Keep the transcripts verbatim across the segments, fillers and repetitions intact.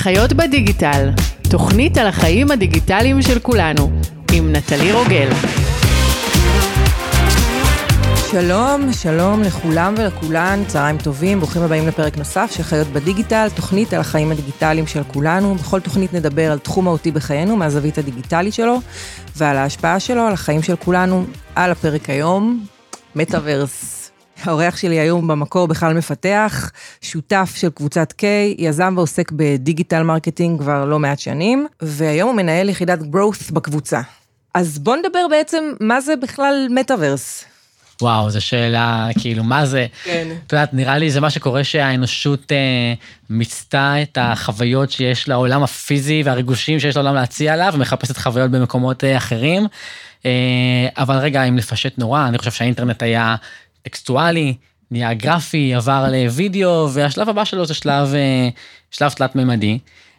חיות בדיגיטל, תוכנית על החיים הדיגיטליים של כולנו, עם נטלי רוגל. שלום, שלום לכולם ולכולן, צהריים טובים, ברוכים הבאים לפרק נוסף של חיות בדיגיטל, תוכנית על החיים הדיגיטליים של כולנו. בכל תוכנית נדבר על תחום מהותי בחיינו, מהזווית הדיגיטלית שלו, ועל ההשפעה שלו על החיים של כולנו. על הפרק היום, מטאברס. האורח שלי היום במקור בכלל מפתח, שותף של קבוצת K, יזם ועוסק בדיגיטל מרקטינג כבר לא מעט שנים, והיום הוא מנהל יחידת growth בקבוצה. אז בוא נדבר בעצם מה זה בכלל מטאברס. וואו, זו שאלה, כאילו, מה זה? כן. את יודעת, נראה לי זה מה שקורה שהאנושות אה, מצטה את החוויות שיש לעולם הפיזי והריגושים שיש לעולם להציע עליו, ומחפשת חוויות במקומות אה, אחרים. אה, אבל רגע, אם לפשט נורא, אני חושב שהאינטרנט היה טקסטואלי, נהיה גרפי, עבר לוידאו, והשלב הבא שלו זה שלב, אה, שלב תלת-ממדי.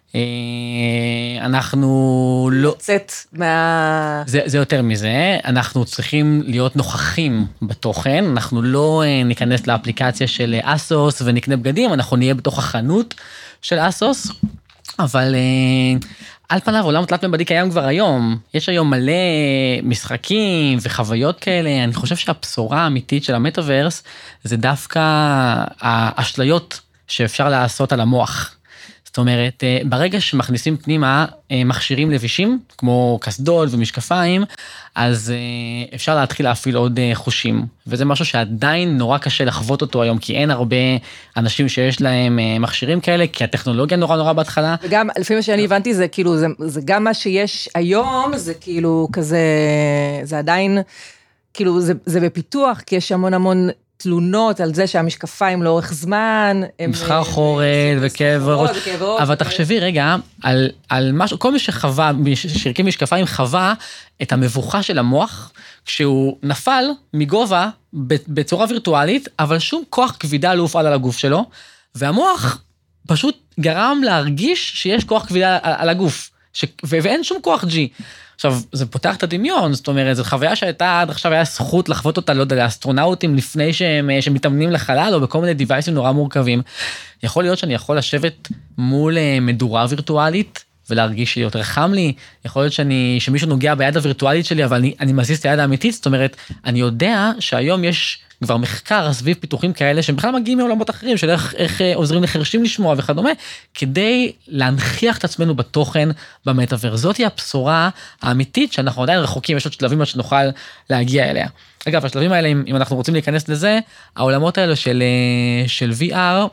אנחנו לא... לצאת מה... זה, זה יותר מזה, אנחנו צריכים להיות נוכחים בתוכן, אנחנו לא ניכנס לאפליקציה של אסוס ונקנה בגדים, אנחנו נהיה בתוך החנות של אסוס, אבל על פניו עולם תלת-ממדי קיים כבר היום, יש היום מלא משחקים וחוויות כאלה, אני חושב שהבשורה האמיתית של המטאברס זה דווקא האשליות שאפשר לעשות על המוח. זאת אומרת, ברגע שמכניסים פנימה מכשירים לבישים, כמו קסדות ומשקפיים, אז אפשר להתחיל להפעיל עוד חושים. וזה משהו שעדיין נורא קשה לחוות אותו היום, כי אין הרבה אנשים שיש להם מכשירים כאלה, כי הטכנולוגיה נורא נורא בהתחלה. וגם, לפי מה שאני הבנתי, זה כאילו, זה, זה גם מה שיש היום, זה כאילו כזה, זה עדיין, כאילו, זה, זה בפיתוח, כי יש המון המון תלונות על זה שהמשקפיים לאורך זמן, הם סחר חורד וכאב ראש, אבל תחשבי רגע, על, על משהו, כל מי שחווה, שהרכיב משקפיים חווה את המבוכה של המוח, כשהוא נפל מגובה בצורה וירטואלית, אבל שום כוח כבידה לא הופעל על הגוף שלו, והמוח פשוט גרם להרגיש שיש כוח כבידה על, על הגוף, ש, ואין שום כוח G. עכשיו, זה פותח את הדמיון, זאת אומרת, זו חוויה שהייתה עד עכשיו היה זכות לחוות אותה, לא יודע, לאסטרונאוטים לפני שהם, שמתאמנים לחלל, או בכל מיני דיווייסים נורא מורכבים. יכול להיות שאני יכול לשבת מול מדורה וירטואלית, ולהרגיש שיותר חם לי, יכול להיות שאני, שמישהו נוגע ביד הווירטואלית שלי, אבל אני, אני מזיז את היד האמיתית, זאת אומרת, אני יודע שהיום יש כבר מחקר סביב פיתוחים כאלה, שהם בכלל מגיעים מעולמות אחרים, של איך, איך עוזרים לחרשים לשמוע וכדומה, כדי להנחיח את עצמנו בתוכן במטאברס. זאת היא הבשורה האמיתית, שאנחנו עדיין רחוקים, יש עוד שלבים עד שנוכל להגיע אליה. אגב, השלבים האלה, אם, אם אנחנו רוצים להיכנס לזה, העולמות האלה של, של וי אר,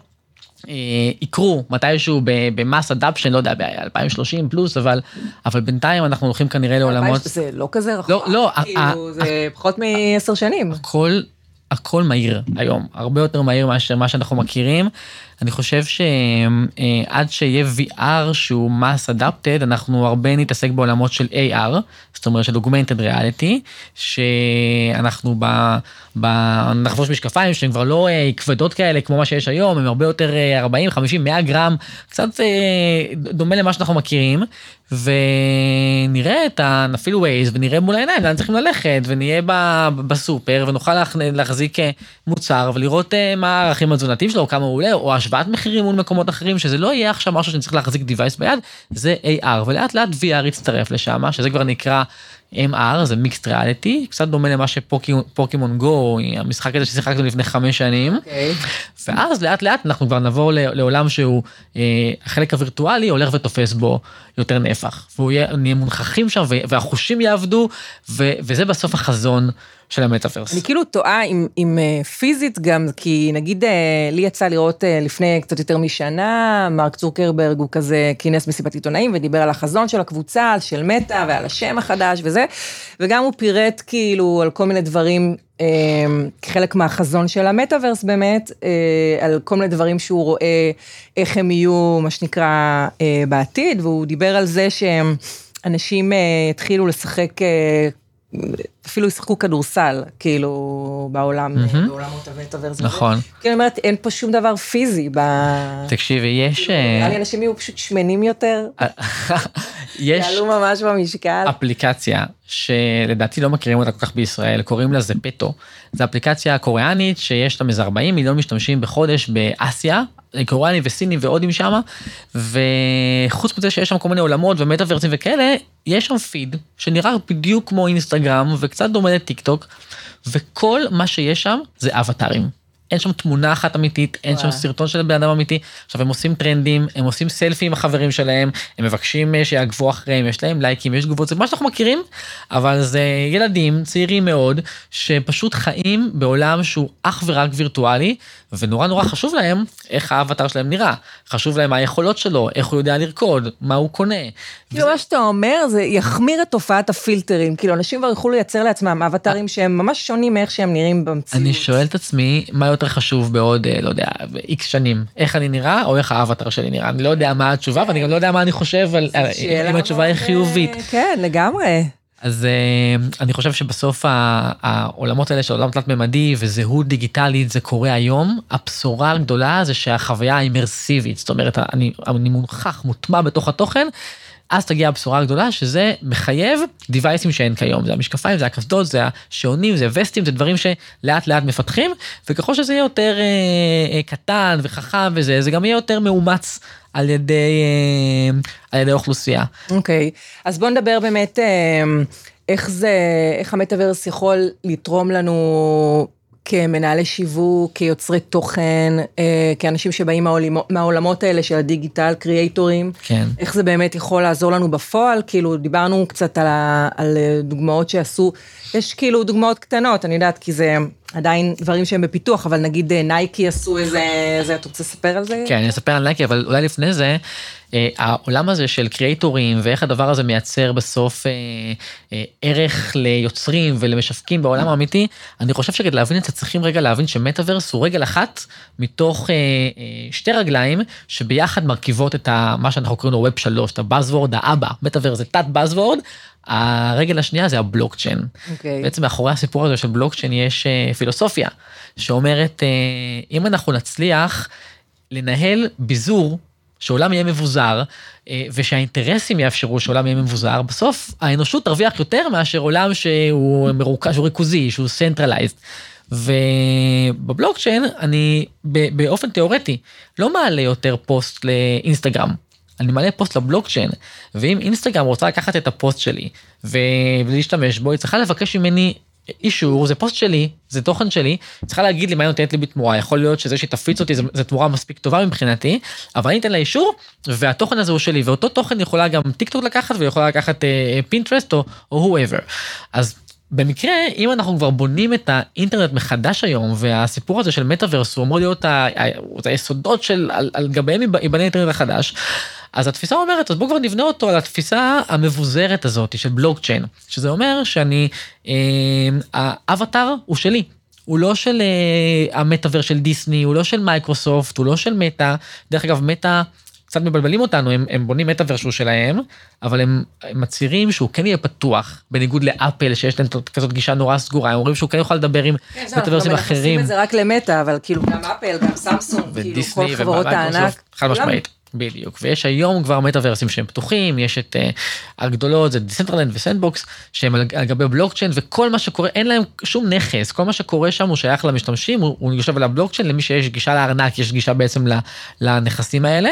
יקרו מתישהו במס אדאפשן, לא יודע, ב-אלפיים ושלושים פלוס, אבל, אבל בינתיים אנחנו הולכים כנראה לעולמות... זה לא כזה רחוק, לא, לא, כאילו, זה פחות מעשר שנים. הכל, הכל מהיר היום, הרבה יותר מהיר מאשר מה שאנחנו מכירים. אני חושב שעד שיהיה וי אר שהוא mass adapted, אנחנו הרבה נתעסק בעולמות של איי אר, זאת אומרת של augmented reality, שאנחנו ב, ב, נחבוש משקפיים שהן כבר לא כבדות כאלה כמו מה שיש היום, הן הרבה יותר ארבעים, חמישים, מאה גרם, קצת דומה למה שאנחנו מכירים, ונראה את אפילו ווייז, ונראה מול העיניים, לאן צריכים ללכת, ונהיה בסופר, ונוכל להחזיק מוצר, ולראות מה הערכים התזונתיים שלו, או כמה הוא עולה, או השוואת מחירים מול מקומות אחרים, שזה לא יהיה עכשיו משהו שאני צריך להחזיק דיווייס ביד, זה איי אר, ולאט לאט וי אר יצטרף לשם, שזה כבר נקרא אם אר, זה Mixed Reality, קצת דומה למה שפוקימון גו, המשחק הזה ששיחקנו לפני חמש שנים, okay. ואז לאט לאט אנחנו כבר נעבור לעולם שהוא, החלק הווירטואלי הולך ותופס בו יותר נפח, והוא יהיה, נהיה מונחכים שם, והחושים יעבדו, וזה בסוף החזון של המטאברס. אני כאילו טועה עם, עם פיזית גם, כי נגיד לי יצא לראות לפני קצת יותר משנה, מרק צוקרברג הוא כזה כינס מסיבת עיתונאים, ודיבר על החזון של הקבוצה, של מטא, ועל השם החדש וזה, וגם הוא פירט כאילו על כל מיני דברים, כחלק מהחזון של המטאברס באמת, על כל מיני דברים שהוא רואה, איך הם יהיו, מה שנקרא, בעתיד, והוא דיבר על זה שאנשים התחילו לשחק, אפילו ישחקו כדורסל, כאילו, בעולם, בעולמות המטאברס. נכון. כי אני אומרת, אין פה שום דבר פיזי. תקשיבי, יש... נראה לי אנשים יהיו פשוט שמנים יותר. יש... יעלו ממש במשקל. אפליקציה, שלדעתי לא מכירים אותה כל כך בישראל, קוראים לה זפטו. זו אפליקציה קוריאנית, שיש לה מזה ארבעים מיליון משתמשים בחודש באסיה, קוריאנים וסינים והודים שם, וחוץ מזה שיש שם כל מיני עולמות ומטאברסים וכאלה, יש שם פיד שנראה בדיוק כמו אינסטגרם וקצת דומה לטיק טוק, וכל מה שיש שם זה אבטרים. אין שם תמונה אחת אמיתית, אין שם סרטון של בן אדם אמיתי. עכשיו הם עושים טרנדים, הם עושים סלפי עם החברים שלהם, הם מבקשים שיעקבו אחריהם, יש להם לייקים, יש תגובות, זה מה שאנחנו מכירים, אבל זה ילדים צעירים מאוד, שפשוט חיים בעולם שהוא אך ורק וירטואלי, ונורא נורא חשוב להם איך האבטר שלהם נראה, חשוב להם מה היכולות שלו, איך הוא יודע לרקוד, מה הוא קונה. כאילו מה שאתה אומר, זה יחמיר את תופעת הפילטרים, כאילו אנשים כבר יכולו לייצר לעצמם אבטרים שהם ממש שונים מאיך שהם נראים במציאות. אני שואל את עצמי, מה יותר חשוב בעוד, לא יודע, איקס שנים, איך אני נראה או איך האבטר שלי נראה, אני לא יודע מה התשובה, ואני גם לא יודע מה אני חושב, אם התשובה היא חיובית. כן, לגמרי. אז אני חושב שבסוף העולמות האלה של עולם תלת-ממדי וזהות דיגיטלית זה קורה היום, הבשורה הגדולה זה שהחוויה האימרסיבית, זאת אומרת, אני, אני מונחח, מוטמע בתוך התוכן, אז תגיע הבשורה הגדולה שזה מחייב דיווייסים שאין כיום, זה המשקפיים, זה הקסדות, זה השעונים, זה וסטים, זה דברים שלאט לאט מפתחים, וככל שזה יהיה יותר אה, אה, קטן וחכם וזה, זה גם יהיה יותר מאומץ על ידי, אה, על ידי אוכלוסייה. אוקיי, okay. אז בוא נדבר באמת אה, איך זה, איך המטאברס יכול לתרום לנו כמנהלי שיווק, כיוצרי תוכן, כאנשים שבאים מהעולמות האלה של הדיגיטל, קריאייטורים, כן. איך זה באמת יכול לעזור לנו בפועל, כאילו דיברנו קצת על, על דוגמאות שעשו, יש כאילו דוגמאות קטנות, אני יודעת, כי זה עדיין דברים שהם בפיתוח, אבל נגיד נייקי עשו איזה, איזה, אתה רוצה לספר על זה? כן, אני אספר על נייקי, אבל אולי לפני זה, העולם הזה של קריאייטורים, ואיך הדבר הזה מייצר בסוף ערך ליוצרים ולמשווקים בעולם האמיתי, אני חושב שכדי להבין את זה, צריכים רגע להבין שמטאברס הוא רגל אחת, מתוך שתי רגליים, שביחד מרכיבות את מה שאנחנו קוראים לו ווב שלוש, את הבאזוורד, האבא, מטאברס זה תת באזוורד, הרגל השנייה זה הבלוקצ'יין. Okay. בעצם מאחורי הסיפור הזה של בלוקצ'יין יש פילוסופיה, שאומרת, אם אנחנו נצליח לנהל ביזור, שעולם יהיה מבוזר, ושהאינטרסים יאפשרו שעולם יהיה מבוזר, בסוף האנושות תרוויח יותר מאשר עולם שהוא מרוכז, שהוא ריכוזי, שהוא centralized. ובבלוקצ'יין אני באופן תיאורטי לא מעלה יותר פוסט לאינסטגרם, אני מעלה פוסט לבלוקצ'יין, ואם אינסטגרם רוצה לקחת את הפוסט שלי ולהשתמש בו, היא צריכה לבקש ממני אישור, זה פוסט שלי, זה תוכן שלי, צריכה להגיד לי מה היא נותנת לי בתמורה, יכול להיות שזה שתפיץ אותי, זה תמורה מספיק טובה מבחינתי, אבל אני אתן לה אישור, והתוכן הזה הוא שלי, ואותו תוכן יכולה גם טיק טוק לקחת, ויכולה לקחת פינטרסט או, או whoever. אז במקרה, אם אנחנו כבר בונים את האינטרנט מחדש היום, והסיפור הזה של מטאברס, הוא אמור להיות היסודות של, על, על גביהם ייבנה אינטרנט החדש, אז התפיסה אומרת, אז בואו כבר נבנה אותו על התפיסה המבוזרת הזאת של בלוקצ'יין, שזה אומר שאני, אה, האבטר הוא שלי, הוא לא של אה, המטאברס של דיסני, הוא לא של מייקרוסופט, הוא לא של מטא, דרך אגב מטא, קצת מבלבלים אותנו, הם, הם בונים מטאברס שהוא שלהם, אבל הם, הם מצהירים שהוא כן יהיה פתוח, בניגוד לאפל שיש להם כזאת גישה נורא סגורה, הם אומרים שהוא כן יוכל לדבר עם כן, מטאברסים אחרים. אנחנו עושים את זה רק למטא, אבל כאילו גם אפל, גם סמסונג, כאילו כל חברות הענק. חד משמעית. בדיוק, ויש היום כבר מטאברסים שהם פתוחים, יש את uh, הגדולות, זה דיסנטרלנד וסנדבוקס, שהם על, על גבי בלוקצ'יין, וכל מה שקורה, אין להם שום נכס, כל מה שקורה שם הוא שייך למשתמשים, הוא, הוא יושב על הבלוקצ'יין, למי שיש גישה לארנק, יש גישה בעצם לנכסים האלה,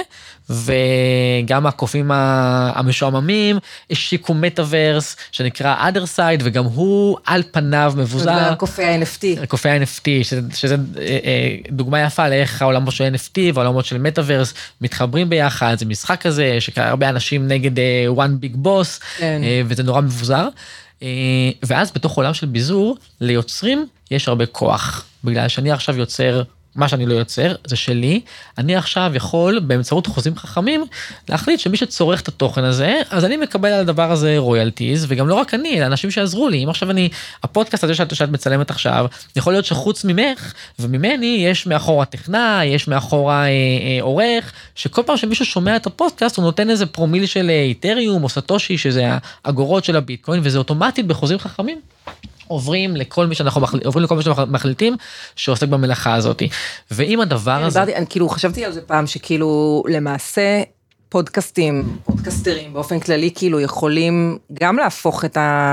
וגם הקופים המשועממים, השיקו מטאברס, שנקרא other side, וגם הוא על פניו מבוזר. קופי ה-אן אף טי. קופי ה-אן אף טי, שזה, שזה דוגמה יפה לאיך העולמות של אן אף טי, והעולמות של מטאברס מתחברים ביחד, זה משחק כזה, שהרבה אנשים נגד one big boss, כן. וזה נורא מבוזר, ואז בתוך עולם של ביזור, ליוצרים יש הרבה כוח, בגלל שאני עכשיו יוצר, מה שאני לא יוצר, זה שלי, אני עכשיו יכול באמצעות חוזים חכמים, להחליט שמי שצורך את התוכן הזה, אז אני מקבל על הדבר הזה רויאלטיז, וגם לא רק אני, אלא אנשים שעזרו לי, אם עכשיו אני, הפודקאסט הזה שאת, שאת מצלמת עכשיו, יכול להיות שחוץ ממך, וממני יש מאחורה טכנה, יש מאחורה אה, אה, עורך, שכל פעם שמישהו שומע את הפודקאסט, הוא נותן איזה פרומיל של איתריום, או סטושי, שזה האגורות של הביטקוין, וזה אוטומטית בחוזים חכמים. עוברים לכל מי שאנחנו מחליטים, עוברים לכל מי שאנחנו מחליטים, שעוסק במלאכה הזאת. ואם הדבר הזה... אני כאילו חשבתי על זה פעם, שכאילו למעשה פודקאסטים, פודקאסטרים באופן כללי, כאילו יכולים גם להפוך את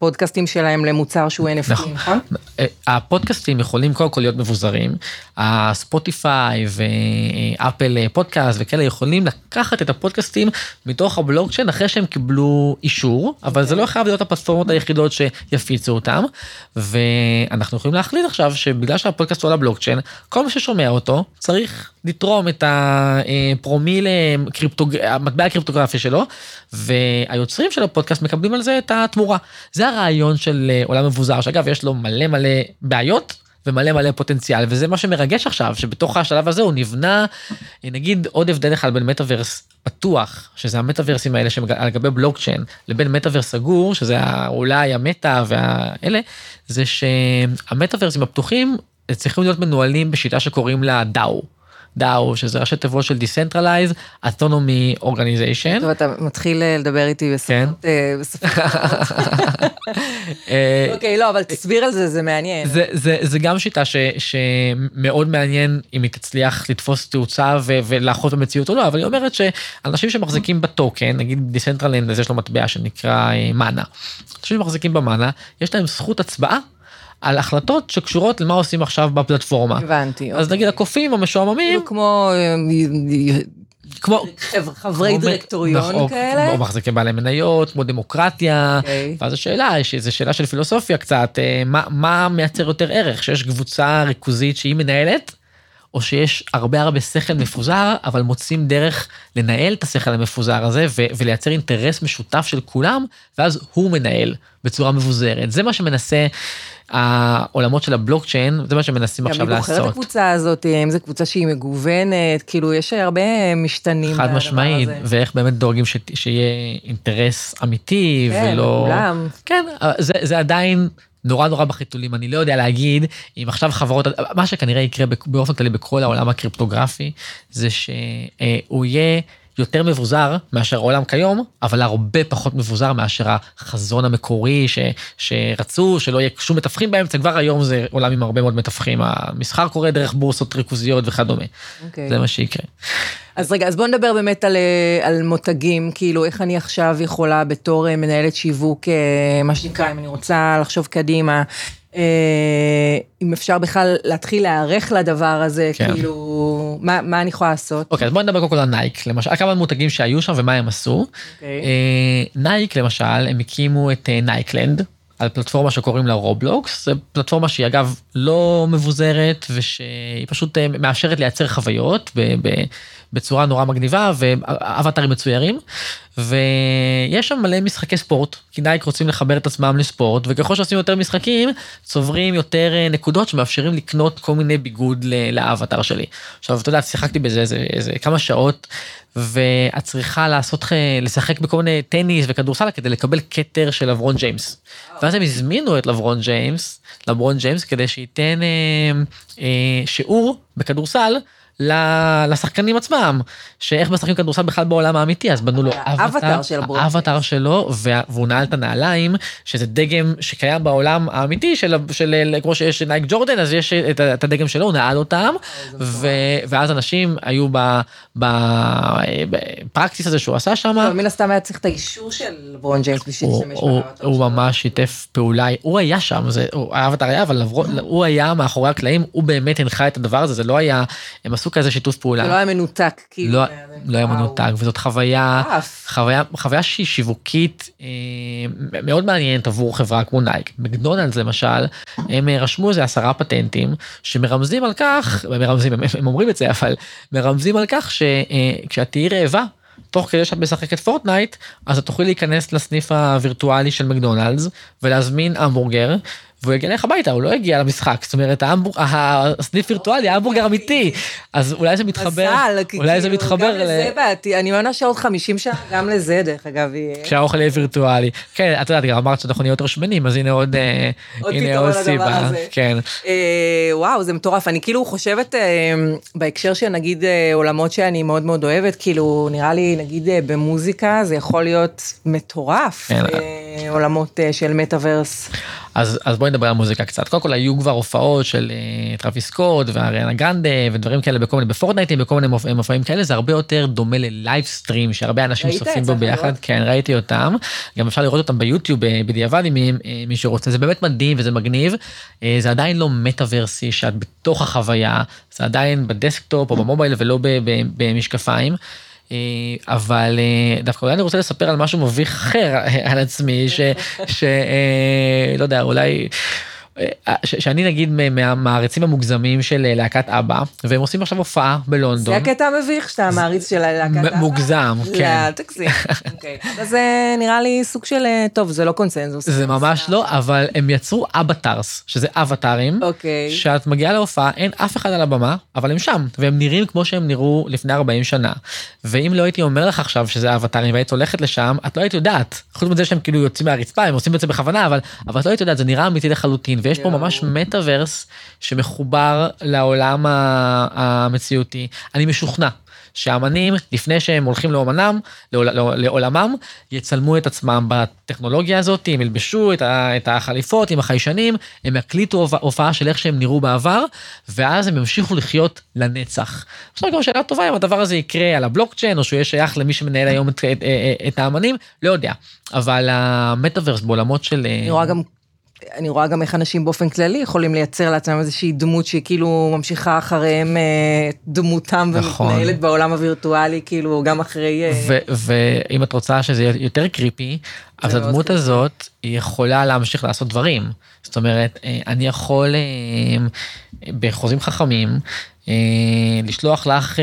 הפודקאסטים שלהם למוצר שהוא אן אף טי, נכון? הפודקאסטים יכולים קודם כל להיות מבוזרים, הספוטיפיי ואפל פודקאסט וכאלה יכולים לקחת את הפודקאסטים מתוך הבלוקצ'יין אחרי שהם קיבלו אישור, אבל זה לא חייב להיות הפלטפורמות היחידות שיפיצו אותם, ואנחנו יכולים להחליט עכשיו שבגלל שהפודקאסט הוא על הבלוקצ'יין, כל מי ששומע אותו צריך לתרום את הפרומיל, המטבע הקריפטוגרפי שלו, והיוצרים של הפודקאסט מקבלים על זה את התמורה. זה הרעיון של עולם מבוזר, שאגב יש לו מלא מלא בעיות, ומלא מלא פוטנציאל, וזה מה שמרגש עכשיו, שבתוך השלב הזה הוא נבנה, נגיד עוד הבדל אחד בין מטאברס פתוח, שזה המטאברסים האלה שעל גבי בלוקצ'יין, לבין מטאברס סגור, שזה אולי המטא והאלה, זה שהמטאברסים הפתוחים צריכים להיות מנוהלים בשיטה שקוראים לה דאו. דאו, שזה ראשי תיבות של Decentralized Autonomy Organization. טוב, אתה מתחיל לדבר איתי בשפות. אוקיי, לא, אבל תסביר על זה, זה מעניין. זה גם שיטה שמאוד מעניין אם היא תצליח לתפוס תאוצה ולאחות במציאות או לא, אבל היא אומרת שאנשים שמחזיקים בטוקן, נגיד Decentraland, אז יש לו מטבע שנקרא מנה. אנשים שמחזיקים במנה, יש להם זכות הצבעה, על החלטות שקשורות למה עושים עכשיו בפלטפורמה. הבנתי. אז נגיד הקופים המשועממים. כמו כמו חברי דירקטוריון כאלה. או מחזיקים בעלי מניות, כמו דמוקרטיה. ואז השאלה, זו שאלה של פילוסופיה קצת, מה מייצר יותר ערך? שיש קבוצה ריכוזית שהיא מנהלת, או שיש הרבה הרבה שכל מפוזר, אבל מוצאים דרך לנהל את השכל המפוזר הזה, ולייצר אינטרס משותף של כולם, ואז הוא מנהל בצורה מבוזרת. זה מה שמנסה העולמות של הבלוקצ'יין, זה מה שמנסים עכשיו לעשות. גם אני בוחרת את הקבוצה הזאת, אם זו קבוצה שהיא מגוונת, כאילו יש הרבה משתנים. חד משמעית, ואיך באמת דורגים שיהיה אינטרס אמיתי, ולא... כן, כולם. כן, זה עדיין... נורא נורא בחיתולים, אני לא יודע להגיד, אם עכשיו חברות, מה שכנראה יקרה באופן כללי בכל העולם הקריפטוגרפי, זה שהוא יהיה יותר מבוזר מאשר העולם כיום, אבל הרבה פחות מבוזר מאשר החזון המקורי ש, שרצו, שלא יהיה שום מתווכים באמצע, כבר היום זה עולם עם הרבה מאוד מתווכים, המסחר קורה דרך בורסות ריכוזיות וכדומה, okay. זה מה שיקרה. אז רגע, אז בוא נדבר באמת על, על מותגים, כאילו איך אני עכשיו יכולה בתור מנהלת שיווק, מה שנקרא, אם אני רוצה לחשוב קדימה, אם אפשר בכלל להתחיל להיערך לדבר הזה, כן. כאילו, מה, מה אני יכולה לעשות? אוקיי, אז בוא נדבר קודם כל על נייק, למשל, כמה מותגים שהיו שם ומה הם עשו. אוקיי. נייק, למשל, הם הקימו את נייקלנד, על פלטפורמה שקוראים לה רובלוקס, זו פלטפורמה שהיא אגב לא מבוזרת, ושהיא פשוט מאפשרת לייצר חוויות בצורה נורא מגניבה, ואבטרים מצוירים, ויש שם מלא משחקי ספורט, כי נייק רוצים לחבר את עצמם לספורט, וככל שעושים יותר משחקים, צוברים יותר נקודות שמאפשרים לקנות כל מיני ביגוד לאבטר שלי. עכשיו, אתה יודע, שיחקתי בזה איזה, איזה כמה שעות, ואת צריכה לעשות, לשחק בכל מיני טניס וכדורסל, כדי לקבל כתר של לברון ג'יימס. ואז הם הזמינו את לברון ג'יימס, לברון ג'יימס, כדי שייתן אה, אה, שיעור בכדורסל, לשחקנים עצמם, שאיך משחקים כדורסל בכלל בעולם האמיתי, אז בנו לו אבטר שלו, והוא נעל את הנעליים, שזה דגם שקיים בעולם האמיתי, כמו שיש נייק ג'ורדן, אז יש את הדגם שלו, הוא נעל אותם, ואז אנשים היו בפרקטיס הזה שהוא עשה שם. מן הסתם היה צריך את האישור של לברון ג'יימס, הוא ממש שיתף פעולה, הוא היה שם, האבטר היה, אבל הוא היה מאחורי הקלעים, הוא באמת הנחה את הדבר הזה, זה לא היה, הם עשו כזה שיתוף פעולה. זה לא היה מנותק, כאילו. לא, לא היה מנותק, וזאת חוויה, חוויה, חוויה שהיא שיווקית אה, מאוד מעניינת עבור חברה כמו נייק. מקדונלדס למשל, הם רשמו איזה עשרה פטנטים, שמרמזים על כך, מרמזים, הם, הם אומרים את זה, אבל מרמזים על כך שכשאת תהיי רעבה, תוך כדי שאת משחקת פורטנייט, אז את תוכלי להיכנס לסניף הווירטואלי של מקדונלדס, ולהזמין המבורגר, והוא יגיע לך הביתה, הוא לא הגיע למשחק, זאת אומרת, הסניף וירטואלי, ההמבורגר אמיתי, אז אולי זה מתחבר, אולי זה מתחבר, גם לזה בעתי, אני מאמינה שעוד חמישים שנה, גם לזה, דרך אגב, כשהאוכל יהיה וירטואלי, כן, את יודעת, גם אמרת שאנחנו נהיה יותר שמנים, אז הנה עוד, הנה עוד סיבה, כן. וואו, זה מטורף, אני כאילו חושבת, בהקשר של נגיד עולמות שאני מאוד מאוד אוהבת, כאילו נראה לי, נגיד במוזיקה, זה יכול להיות מטורף, עולמות של מטאברס. אז, אז בואי נדבר על מוזיקה קצת. קודם כל, היו כבר הופעות של uh, טרוויס סקוט ואריאנה גרנדה ודברים כאלה בכל מיני, בפורטנייטים, בכל מיני מופעים, מופעים כאלה, זה הרבה יותר דומה ללייב סטרים, שהרבה אנשים צופים בו ביחד. לראות? כן, ראיתי אותם. גם אפשר לראות אותם ביוטיוב בדיעבד, אם מי שרוצה. זה באמת מדהים וזה מגניב. זה עדיין לא מטאוורסי שאת בתוך החוויה, זה עדיין בדסקטופ או במובייל ולא במשקפיים. אבל דווקא אולי אני רוצה לספר על משהו מביך אחר על עצמי, שלא יודע, אולי, שאני נגיד מהמעריצים המוגזמים של להקת אבא, והם עושים עכשיו הופעה בלונדון. זה הקטע המביך שאתה המעריץ של להקת אבא? מוגזם, כן. לא, תקסים. אז זה נראה לי סוג של, טוב, זה לא קונצנזוס. זה ממש לא, אבל הם יצרו אבטרס, שזה אבטרים, שאת מגיעה להופעה, אין אף אחד על הבמה, אבל הם שם, והם נראים כמו שהם נראו לפני ארבעים שנה. ואם לא הייתי אומר לך עכשיו שזה אבטרים, והיית הולכת לשם, את לא היית יודעת. חוץ מזה שהם כאילו יוצאים מהרצפה, הם עושים את זה בכוונה, אבל, אבל את לא היית יודעת, זה נראה אמיתי לחלוטין, ויש פה ממש מטאוורס שמחובר לעולם המציאותי. אני משוכנע שהאמנים, לפני שהם הולכים לאומנם, לעולמם, יצלמו את עצמם בטכנולוגיה הזאת, הם ילבשו את החליפות עם החיישנים, הם יקליטו הופעה של איך שהם נראו בעבר, ואז הם ימשיכו לחיות לנצח. עכשיו גם שאלה טובה, אם הדבר הזה יקרה על הבלוקצ'יין, או שהוא יהיה שייך למי שמנהל היום את, את, את האמנים, לא יודע. אבל המטאוורס בעולמות של... אני רואה גם... אני רואה גם איך אנשים באופן כללי יכולים לייצר לעצמם איזושהי דמות שהיא כאילו ממשיכה אחריהם דמותם ומתנהלת בעולם הווירטואלי, כאילו גם אחרי... ואם את רוצה שזה יהיה יותר קריפי, אז הדמות הזאת היא יכולה להמשיך לעשות דברים. זאת אומרת, אני יכול בחוזים חכמים לשלוח לך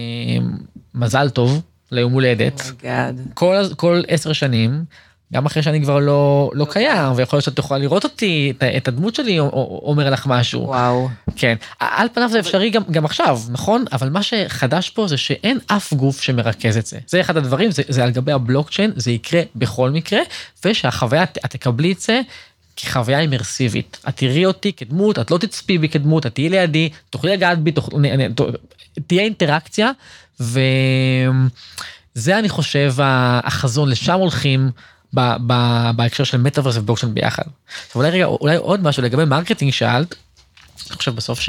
מזל טוב ליום הולדת, כל עשר שנים, גם אחרי שאני כבר לא, לא קיים, ויכול להיות שאת יכולה לראות אותי, את, את הדמות שלי אומר לך משהו. וואו. כן. על פניו זה אפשרי גם, גם עכשיו, נכון? אבל מה שחדש פה זה שאין אף גוף שמרכז את זה. זה אחד הדברים, זה, זה על גבי הבלוקצ'יין, זה יקרה בכל מקרה, ושהחוויה, את תקבלי את זה כחוויה אימרסיבית. את תראי אותי כדמות, את לא תצפי בי כדמות, את תהיי לידי, תוכלי לגעת בי, תוכ... תהיה אינטראקציה, וזה אני חושב החזון, לשם הולכים, בהקשר של מטאוורס ובלוקצ'יין ביחד. עכשיו אולי רגע, אולי עוד משהו לגבי מרקטינג שאלת, אני חושב בסוף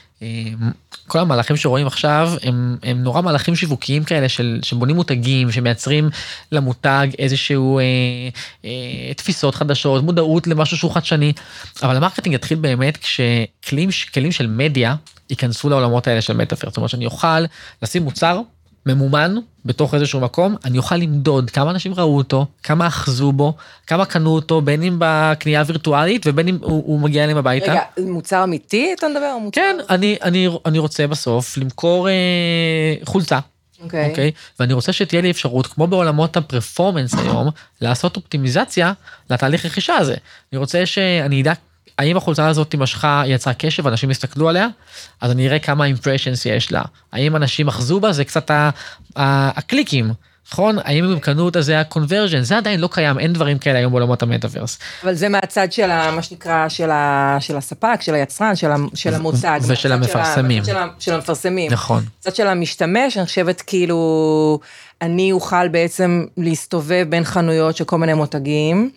שכל המהלכים שרואים עכשיו, הם, הם נורא מהלכים שיווקיים כאלה, של, שבונים מותגים, שמייצרים למותג איזשהו אה, אה, תפיסות חדשות, מודעות למשהו שהוא חדשני, אבל המרקטינג יתחיל באמת כשכלים כלים של מדיה ייכנסו לעולמות האלה של מטאוורס, זאת אומרת שאני אוכל לשים מוצר, ממומן בתוך איזשהו מקום, אני אוכל למדוד כמה אנשים ראו אותו, כמה אחזו בו, כמה קנו אותו, בין אם בקנייה וירטואלית, ובין אם הוא, הוא מגיע אליהם הביתה. רגע, מוצר אמיתי אתה מדבר? מוצר... כן, אני, אני, אני רוצה בסוף למכור אה, חולצה. אוקיי. Okay. אוקיי? ואני רוצה שתהיה לי אפשרות, כמו בעולמות הפרפורמנס היום, לעשות אופטימיזציה לתהליך רכישה הזה. אני רוצה שאני אדע האם החולצה הזאת משכה, יצרה קשב, אנשים יסתכלו עליה, אז אני אראה כמה impressions יש לה. האם אנשים אחזו בה, זה קצת הקליקים, נכון? האם הם קנו אותה, זה ה-conversion, זה עדיין לא קיים, אין דברים כאלה היום בעולמות המטאוורס. אבל זה מהצד של מה שנקרא, של הספק, של היצרן, של המותג. ושל המפרסמים. של המפרסמים. נכון. מצד של המשתמש, אני חושבת כאילו, אני אוכל בעצם להסתובב בין חנויות של כל מיני מותגים,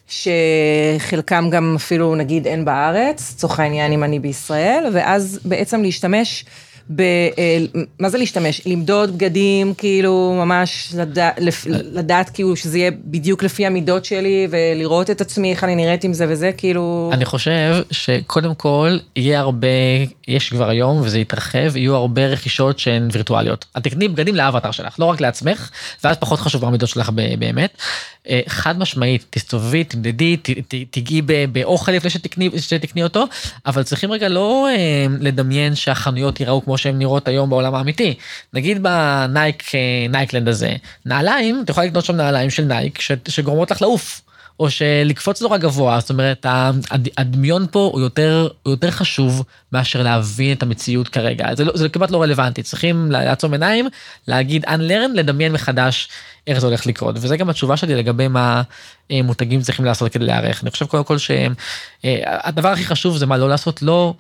שחלקם גם אפילו נגיד אין בארץ, צורך העניין אם אני בישראל, ואז בעצם להשתמש, ב, מה זה להשתמש? למדוד בגדים, כאילו ממש לדע, לדעת כאילו שזה יהיה בדיוק לפי המידות שלי, ולראות את עצמי, איך אני נראית עם זה וזה, כאילו... אני חושב שקודם כל יהיה הרבה, יש כבר היום וזה יתרחב, יהיו הרבה רכישות שהן וירטואליות. את תקני בגדים לאבטר שלך, לא רק לעצמך, ואז פחות חשוב המידות שלך באמת. חד משמעית, תסתובבי, תמדדי, תגיעי באוכל לפני שתקני, שתקני אותו, אבל צריכים רגע לא לדמיין שהחנויות יראו כמו שהן נראות היום בעולם האמיתי. נגיד בנייק, נייקלנד הזה, נעליים, אתה יכול לקנות שם נעליים של נייק, שגורמות לך לעוף, או שלקפוץ נורא גבוה, זאת אומרת, הדמיון פה הוא יותר, הוא יותר חשוב מאשר להבין את המציאות כרגע. זה, לא, זה כמעט לא רלוונטי, צריכים לעצום עיניים, להגיד unlearn, לדמיין מחדש איך זה הולך לקרות, וזה גם התשובה שלי לגבי מה מותגים צריכים לעשות כדי להערך. אני חושב קודם כל שהדבר הכי חשוב זה מה לא לעשות, לא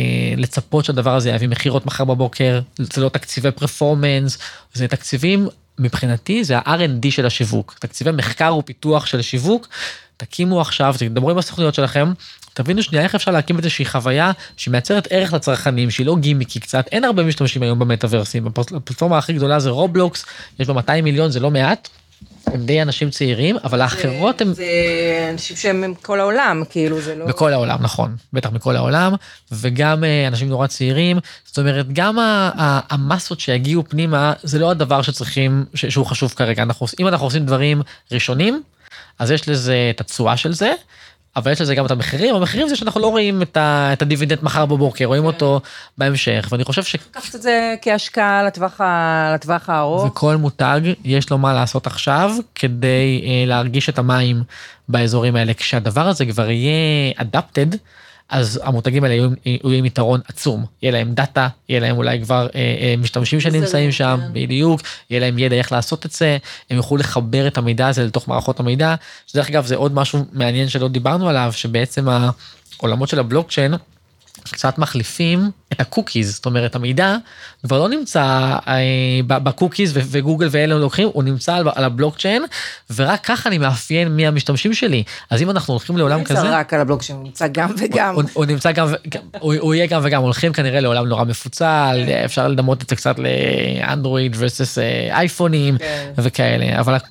לצפות שהדבר הזה יביא מחירות מחר בבוקר, זה לא תקציבי פרפורמנס, זה תקציבים מבחינתי זה ה-אר אנד די של השיווק, תקציבי מחקר ופיתוח של השיווק, תקימו עכשיו, תדברו עם הסוכנויות שלכם, תבינו שנייה איך אפשר להקים איזושהי חוויה שמייצרת ערך לצרכנים, שהיא לא גימיקי קצת, אין הרבה משתמשים היום במטאברסים, הפלטפורמה הכי גדולה זה רובלוקס, יש בה מאתיים מיליון, זה לא מעט, הם די אנשים צעירים, אבל האחרות הם... זה אנשים שהם מכל העולם, כאילו זה לא... בכל העולם, נכון, בטח מכל העולם, וגם אנשים נורא צעירים, זאת אומרת, גם המסות שיגיעו פנימה, זה לא הדבר שצריכים, שהוא חשוב כרגע, אם אנחנו עושים דברים ראשונים, אז יש לזה את התשואה של זה, אבל יש לזה גם את המחירים, המחירים זה שאנחנו לא רואים את הדיבידנד מחר בבוקר, רואים אותו בהמשך, ואני חושב ש... לקחת את זה כהשקעה לטווח הארוך. וכל מותג יש לו מה לעשות עכשיו, כדי להרגיש את המים באזורים האלה, כשהדבר הזה כבר יהיה adapted, אז המותגים האלה יהיו עם יתרון עצום, יהיה להם דאטה, יהיה להם אולי כבר אה, אה, משתמשים שנמצאים שם, בדיוק, יהיה להם ידע איך לעשות את זה, הם יוכלו לחבר את המידע הזה לתוך מערכות המידע, שדרך אגב זה עוד משהו מעניין שלא דיברנו עליו, שבעצם העולמות של הבלוקצ'יין, קצת מחליפים את הקוקיז, זאת אומרת, המידע כבר לא נמצא בקוקיז וגוגל ואלה לוקחים, הוא נמצא על הבלוקצ'יין, ורק ככה אני מאפיין מי המשתמשים שלי. אז אם אנחנו הולכים לעולם כזה... הוא נמצא רק על הבלוקצ'יין, הוא נמצא גם וגם. הוא נמצא גם, הוא יהיה גם וגם, הולכים כנראה לעולם נורא מפוצל, אפשר לדמות את זה קצת לאנדרואיד versus אייפונים וכאלה, אבל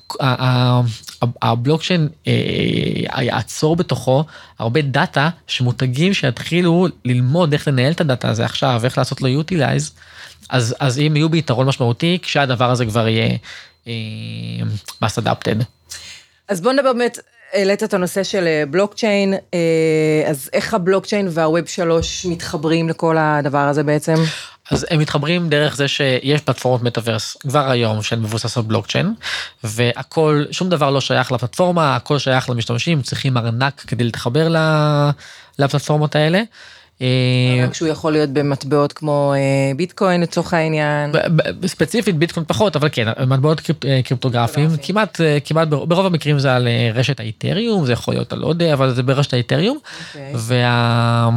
הבלוקצ'יין יעצור בתוכו הרבה דאטה שמותגים שיתחילו ללמוד איך לנהל את הדאטה הזה עכשיו, איך לעשות לו יוטילייז, אז, אז אם יהיו ביתרון משמעותי, כשהדבר הזה כבר יהיה mass adapted. אז בוא נדבר באמת, העלית את הנושא של בלוקצ'יין, אז איך הבלוקצ'יין והווב שלוש מתחברים לכל הדבר הזה בעצם? אז הם מתחברים דרך זה שיש פלטפורמות מטאברס כבר היום שהן מבוססות בלוקצ'יין, והכל, שום דבר לא שייך לפלטפורמה, הכל שייך למשתמשים, צריכים ארנק כדי להתחבר לפלטפורמות האלה. רק שהוא יכול להיות במטבעות כמו ביטקוין לצורך העניין. ספציפית ביטקוין פחות, אבל כן, מטבעות קריפטוגרפיים, כמעט, כמעט ברוב המקרים זה על רשת האיתריום, זה יכול להיות על עוד, אבל זה ברשת האיתריום, וה...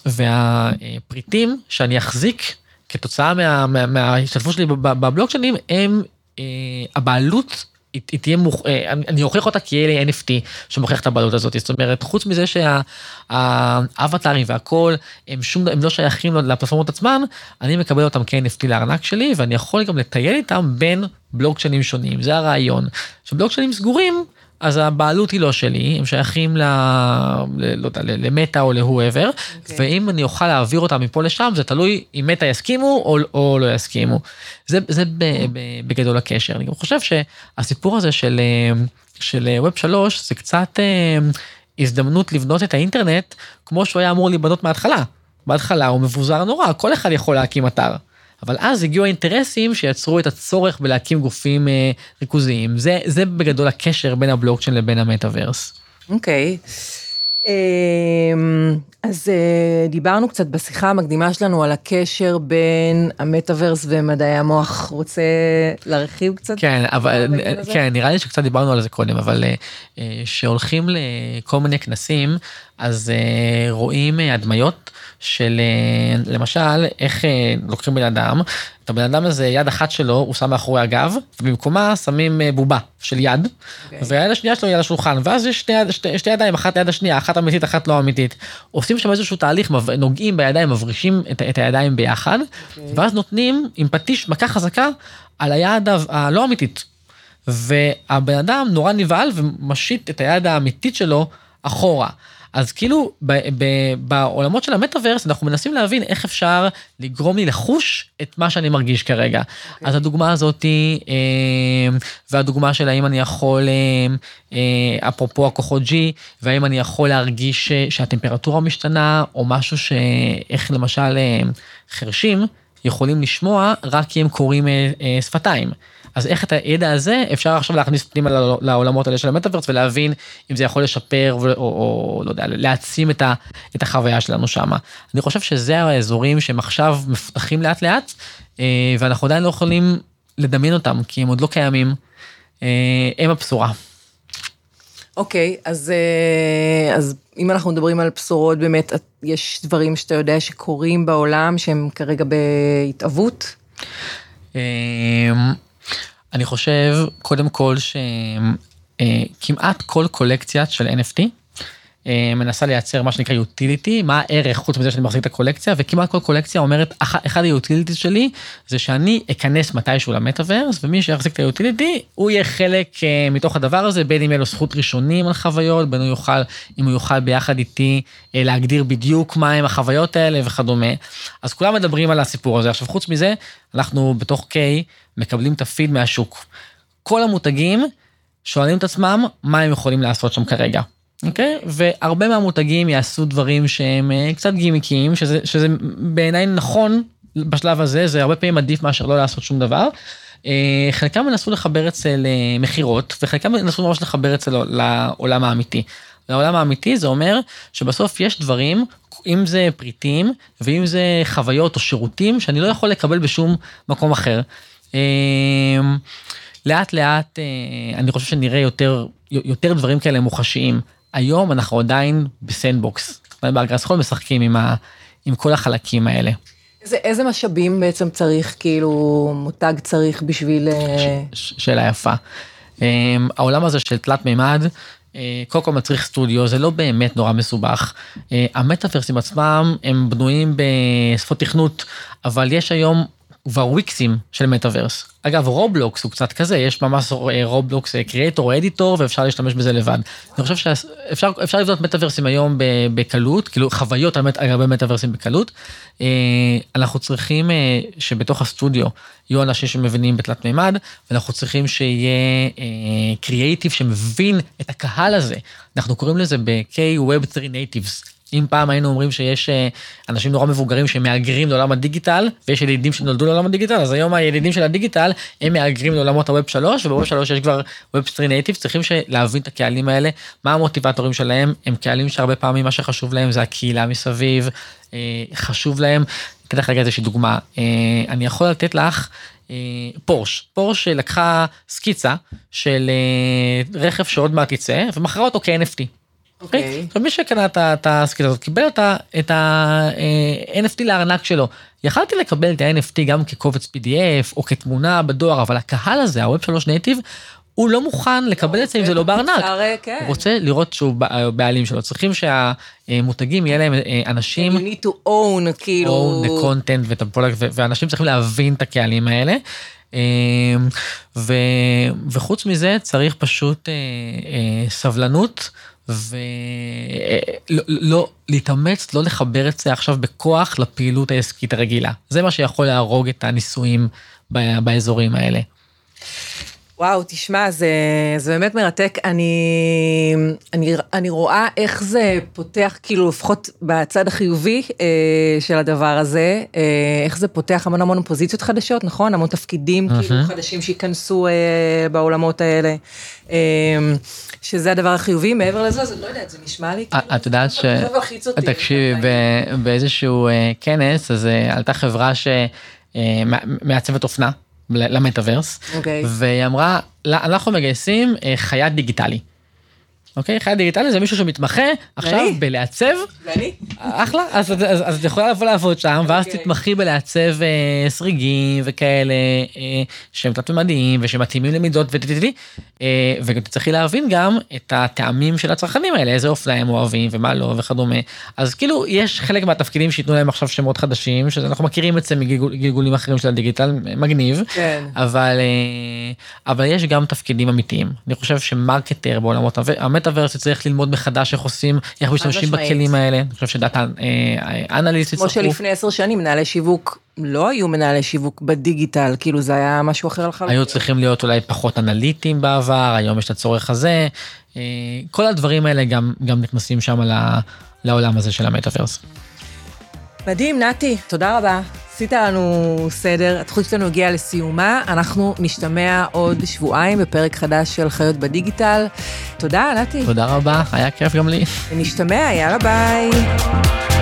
והפריטים שאני אחזיק כתוצאה מה, מה, מההשתתפות שלי בבלוקצ'יינים, הם, הבעלות, היא תהיה מוכ... אני אוכיח אותה כי יהיה לי אן אף טי שמוכיח את הבעלות הזאת, זאת אומרת, חוץ מזה שהאבטרים והכל, הם, שום, הם לא שייכים לפלטפורמות עצמן, אני מקבל אותם כ-אן אף טי לארנק שלי, ואני יכול גם לטייל איתם בין בלוקצ'יינים שונים, זה הרעיון. שבלוקצ'יינים סגורים, אז הבעלות היא לא שלי, הם שייכים ל... לא יודע, למטה או להואבר, okay. ואם אני אוכל להעביר אותם מפה לשם, זה תלוי אם מטה יסכימו או, או לא יסכימו. זה, זה ב, ב, בגדול הקשר. אני גם חושב שהסיפור הזה של, של ווב שלוש, זה קצת הזדמנות לבנות את האינטרנט, כמו שהוא היה אמור להיבנות מההתחלה. בהתחלה הוא מבוזר נורא, כל אחד יכול להקים אתר. אבל אז הגיעו האינטרסים שיצרו את הצורך בלהקים גופים אה, ריכוזיים. זה, זה בגדול הקשר בין הבלוקצ'יין לבין המטאברס. אוקיי. Okay. אז דיברנו קצת בשיחה המקדימה שלנו על הקשר בין המטאברס ומדעי המוח. רוצה להרחיב קצת? כן, אבל, כן, נראה לי שקצת דיברנו על זה קודם, אבל שהולכים לכל מיני כנסים, אז רואים הדמיות של, למשל, איך לוקחים בן אדם, את הבן אדם הזה, יד אחת שלו, הוא שם מאחורי הגב, ובמקומה שמים בובה של יד, okay. והיד השנייה שלו היא על השולחן, ואז יש שתי, שתי, שתי ידיים, אחת ליד השנייה, אחת אמיתית, אחת לא אמיתית. עושים שם איזשהו תהליך, נוגעים בידיים, מברישים את, את הידיים ביחד, okay. ואז נותנים עם פטיש מכה חזקה על היד הלא אמיתית. והבן אדם נורא נבהל ומשית את היד האמיתית שלו אחורה. אז כאילו ב- ב- בעולמות של המטאברס אנחנו מנסים להבין איך אפשר לגרום לי לחוש את מה שאני מרגיש כרגע. Okay. אז הדוגמה הזאת היא, והדוגמה של האם אני יכול, אפרופו הכוחות G, והאם אני יכול להרגיש שהטמפרטורה משתנה, או משהו שאיך למשל חרשים יכולים לשמוע רק כי הם קוראים שפתיים. אז איך את הידע הזה אפשר עכשיו להכניס פנימה לעולמות האלה של המטאברס, ולהבין אם זה יכול לשפר, או, או לא יודע, להעצים את, ה, את החוויה שלנו שם. אני חושב שזה האזורים שהם עכשיו מפתחים לאט לאט, ואנחנו עדיין לא יכולים לדמיין אותם, כי הם עוד לא קיימים, הם הבשורה. אוקיי, אז, אז אם אנחנו מדברים על בשורות, באמת, יש דברים שאתה יודע שקורים בעולם, שהם כרגע בהתאבות? אני חושב, קודם כל, שכמעט כל קולקציה של אן אף טי, מנסה לייצר מה שנקרא utility, מה הערך חוץ מזה שאני מחזיק את הקולקציה, וכמעט כל קולקציה אומרת, אחד ה-utilities שלי, זה שאני אכנס מתישהו למטאברס, ומי שיחזיק את ה-utility, הוא יהיה חלק מתוך הדבר הזה, בין אם יהיה לו זכות ראשונים על חוויות, בין הוא יוכל, אם הוא יוכל ביחד איתי, להגדיר בדיוק מה הם החוויות האלה וכדומה. אז כולם מדברים על הסיפור הזה. עכשיו, חוץ מזה, אנחנו בתוך K, מקבלים את הפיד מהשוק. כל המותגים שואלים את עצמם, מה הם יכולים לעשות שם כרגע. אוקיי? והרבה מהמותגים יעשו דברים שהם קצת גימיקיים, שזה, שזה בעיניי נכון בשלב הזה, זה הרבה פעמים עדיף מאשר לא לעשות שום דבר. חלקם מנסו לחבר אצל מחירות, וחלקם מנסו ממש לחבר אצל לעולם האמיתי. לעולם האמיתי זה אומר שבסוף יש דברים, אם זה פריטים, ואם זה חוויות או שירותים, שאני לא יכול לקבל בשום מקום אחר. לאט לאט, אני חושב שנראה יותר, יותר דברים כאלה מוחשיים. היום אנחנו עדיין בסנדבוקס. באגרסחול משחקים עם, ה, עם כל החלקים האלה. איזה, איזה משאבים בעצם צריך, כאילו מותג צריך בשביל... ש, שאלה יפה. העולם הזה של תלת מימד, קודם כל מצריך סטודיו, זה לא באמת נורא מסובך. המטאברסים עצמם הם בנויים בשפות תכנות, אבל יש היום כבר וויקסים של מטאברס. אגב, רובלוקס הוא קצת כזה, יש ממש רובלוקס קריאטור או אדיטור, ואפשר להשתמש בזה לבד. אני חושב שאפשר אפשר לבנות מטאברסים היום בקלות, כאילו חוויות על הרבה מטאברסים בקלות. אנחנו צריכים שבתוך הסטודיו יהיו אנשים שמבינים בתלת מימד, ואנחנו צריכים שיהיה קריאטיב שמבין את הקהל הזה. אנחנו קוראים לזה ב-K Web תרי Natives. אם פעם היינו אומרים שיש אנשים נורא מבוגרים שמאגרים לעולם הדיגיטל, ויש ילידים שנולדו לעולם הדיגיטל, אז היום הילידים של הדיגיטל הם מאגרים לעולמות הווב שלוש, ובווב שלוש יש כבר ווב תרי נייטיב, צריכים להבין את הקהלים האלה, מה המוטיבטורים שלהם, הם קהלים שהרבה פעמים מה שחשוב להם זה הקהילה מסביב, חשוב להם, אתן לך רגע איזושהי דוגמה, אני יכול לתת לך, פורש, פורש לקחה סקיצה של רכב שעוד מעט יצא, ומכרה אותו כ-אן אף טי. אוקיי. עכשיו מי שקנה את הסקיצה הזאת, קיבל את ה-אן אף טי לארנק שלו. יכלתי לקבל את ה-אן אף טי גם כקובץ פי די אף או כתמונה בדואר, אבל הקהל הזה, ה-ווב שלוש נייטיב, הוא לא מוכן לקבל את זה אם זה לא בארנק. הוא רוצה לראות שהוא בעלים שלו. צריכים שהמותגים יהיה להם אנשים... You need to own, כאילו... own the content, ואנשים צריכים להבין את הקהלים האלה. וחוץ מזה צריך פשוט סבלנות, ולא, להתאמץ, לא לחבר את זה עכשיו בכוח לפעילות העסקית הרגילה. זה מה שיכול להרוג את הניסויים באזורים האלה. וואו, תשמע, זה, זה באמת מרתק. אני, אני, אני רואה איך זה פותח, כאילו לפחות בצד החיובי אה, של הדבר הזה, אה, איך זה פותח המון המון פוזיציות חדשות, נכון? המון תפקידים uh-huh. כאילו חדשים שיכנסו אה, בעולמות האלה. אה, שזה הדבר החיובי, מעבר לזה, זה לא יודעת, זה נשמע לי. את יודעת ש... תקשיבי, באיזשהו כנס, אז עלתה חברה שמעצבת אופנה, למטאברס, והיא אמרה, אנחנו מגייסים חייט דיגיטלי. אוקיי? חייט דיגיטלי זה מישהו שמתמחה עכשיו בלעצב. ואני? אחלה, אז את יכולה לבוא לעבוד שם, ואז תתמחי בלעצב סריגים וכאלה, שהם תלת-ממדיים ושמתאימים למידות ותתתתי, וגם תצטרכי להבין גם את הטעמים של הצרכנים האלה, איזה אופנה הם אוהבים ומה לא וכדומה. אז כאילו יש חלק מהתפקידים שיתנו להם עכשיו שמות חדשים, שאנחנו מכירים את זה מגלגולים אחרים של הדיגיטל, מגניב, אבל אבל יש גם תפקידים אמיתיים. אני חושב שמרקטר בעולמות המטאברס צריך ללמוד מחדש איך עושים, איך משתמשים בכלים האלה. אני חושב שדאטה אנליסט כמו שלפני עשר שנים מנהלי שיווק לא היו מנהלי שיווק בדיגיטל, כאילו זה היה משהו אחר לחלוטין. היו צריכים להיות אולי פחות אנליטיים בעבר, היום יש את הצורך הזה. כל הדברים האלה גם גם נכנסים שם לעולם הזה של המטאברס. מדהים, נתי, תודה רבה. עשית לנו סדר, התחושות שלנו הגיעה לסיומה, אנחנו נשתמע עוד שבועיים בפרק חדש של חיות בדיגיטל. תודה, נתי. תודה רבה, היה כיף גם לי. נשתמע, יאללה ביי.